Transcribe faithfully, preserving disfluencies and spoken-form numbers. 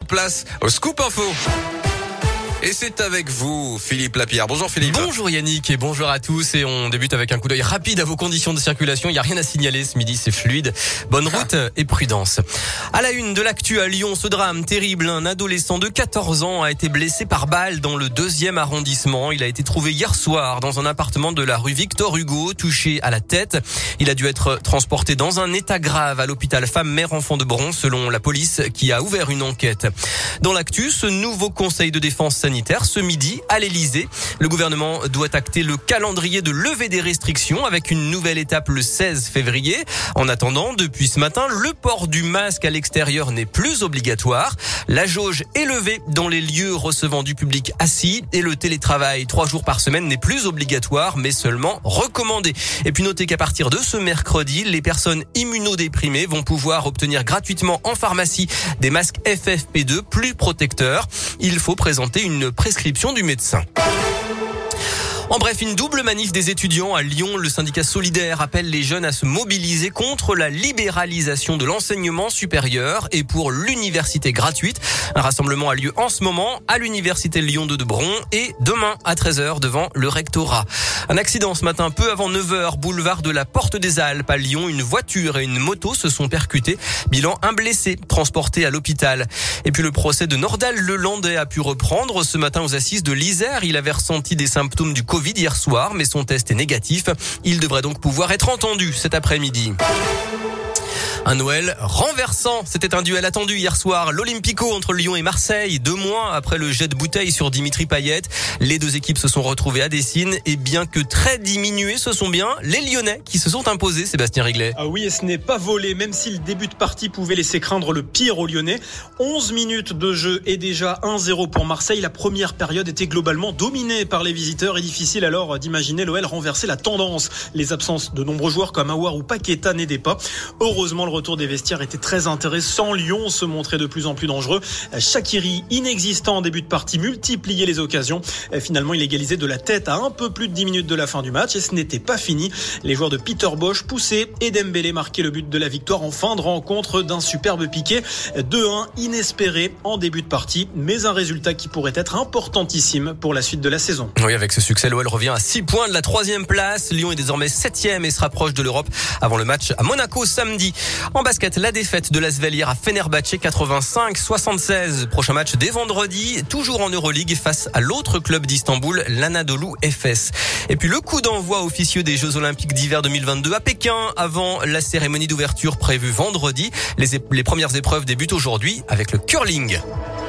place au Scoop Info. Et c'est avec vous, Philippe Lapierre. Bonjour Philippe. Bonjour Yannick et bonjour à tous. Et on débute avec un coup d'œil rapide à vos conditions de circulation. Il n'y a rien à signaler ce midi, c'est fluide. Bonne route et prudence. À la une de l'actu à Lyon, ce drame terrible. Un adolescent de quatorze ans a été blessé par balle dans le deuxième arrondissement. Il a été trouvé hier soir dans un appartement de la rue Victor Hugo, touché à la tête. Il a dû être transporté dans un état grave à l'hôpital femme-mère-enfant de Bron, selon la police qui a ouvert une enquête. Dans l'actu, ce nouveau conseil de défense sanitaire ce midi à l'Elysée. Le gouvernement doit acter le calendrier de levée des restrictions avec une nouvelle étape le seize février. En attendant, depuis ce matin, le port du masque à l'extérieur n'est plus obligatoire. La jauge est levée dans les lieux recevant du public assis et le télétravail trois jours par semaine n'est plus obligatoire mais seulement recommandé. Et puis notez qu'à partir de ce mercredi, les personnes immunodéprimées vont pouvoir obtenir gratuitement en pharmacie des masques F F P deux plus protecteurs. Il faut présenter une prescription du médecin. En bref, une double manif des étudiants à Lyon. Le syndicat Solidaire appelle les jeunes à se mobiliser contre la libéralisation de l'enseignement supérieur et pour l'université gratuite. Un rassemblement a lieu en ce moment à l'université Lyon deux de Bron et demain à treize heures devant le rectorat. Un accident ce matin, peu avant neuf heures, boulevard de la Porte des Alpes à Lyon. Une voiture et une moto se sont percutées. Bilan, un blessé transporté à l'hôpital. Et puis le procès de Nordal Lelandais a pu reprendre ce matin aux assises de l'Isère. Il avait ressenti des symptômes du Covid hier soir, mais son test est négatif. Il devrait donc pouvoir être entendu cet après-midi. Un Noël renversant. C'était un duel attendu hier soir. L'Olympico entre Lyon et Marseille. Deux mois après le jet de bouteille sur Dimitri Payet. Les deux équipes se sont retrouvées à Dessines. Et bien que très diminués, ce sont bien les Lyonnais qui se sont imposés, Sébastien Riglet. Ah oui, et ce n'est pas volé, même si le début de partie pouvait laisser craindre le pire aux Lyonnais. onze minutes de jeu et déjà un zéro pour Marseille. La première période était globalement dominée par les visiteurs et difficile alors d'imaginer l'O L renverser la tendance. Les absences de nombreux joueurs comme Aouar ou Paqueta n'aidaient pas. Heureusement, le retour des vestiaires était très intéressant. Lyon se montrait de plus en plus dangereux. Shaqiri, inexistant en début de partie, multipliait les occasions. Finalement, il égalisait de la tête à un peu plus de dix minutes de la fin du match et ce n'était pas fini. Les joueurs de Peter Bosz poussaient et Dembélé marquait le but de la victoire en fin de rencontre d'un superbe piqué. deux un inespéré en début de partie, mais un résultat qui pourrait être importantissime pour la suite de la saison. Oui, avec ce succès, l'O L revient à six points de la troisième place. Lyon est désormais septième et se rapproche de l'Europe avant le match à Monaco samedi. En basket, la défaite de l'Asvel hier à Fenerbahçe quatre-vingt-cinq soixante-seize. Prochain match dès vendredi, toujours en Euroleague face à l'autre club d'Istanbul, l'Anadolu Efes. Et puis le coup d'envoi officieux des Jeux Olympiques d'hiver deux mille vingt-deux à Pékin avant la cérémonie d'ouverture prévue vendredi. Les, é- les premières épreuves débutent aujourd'hui avec le curling.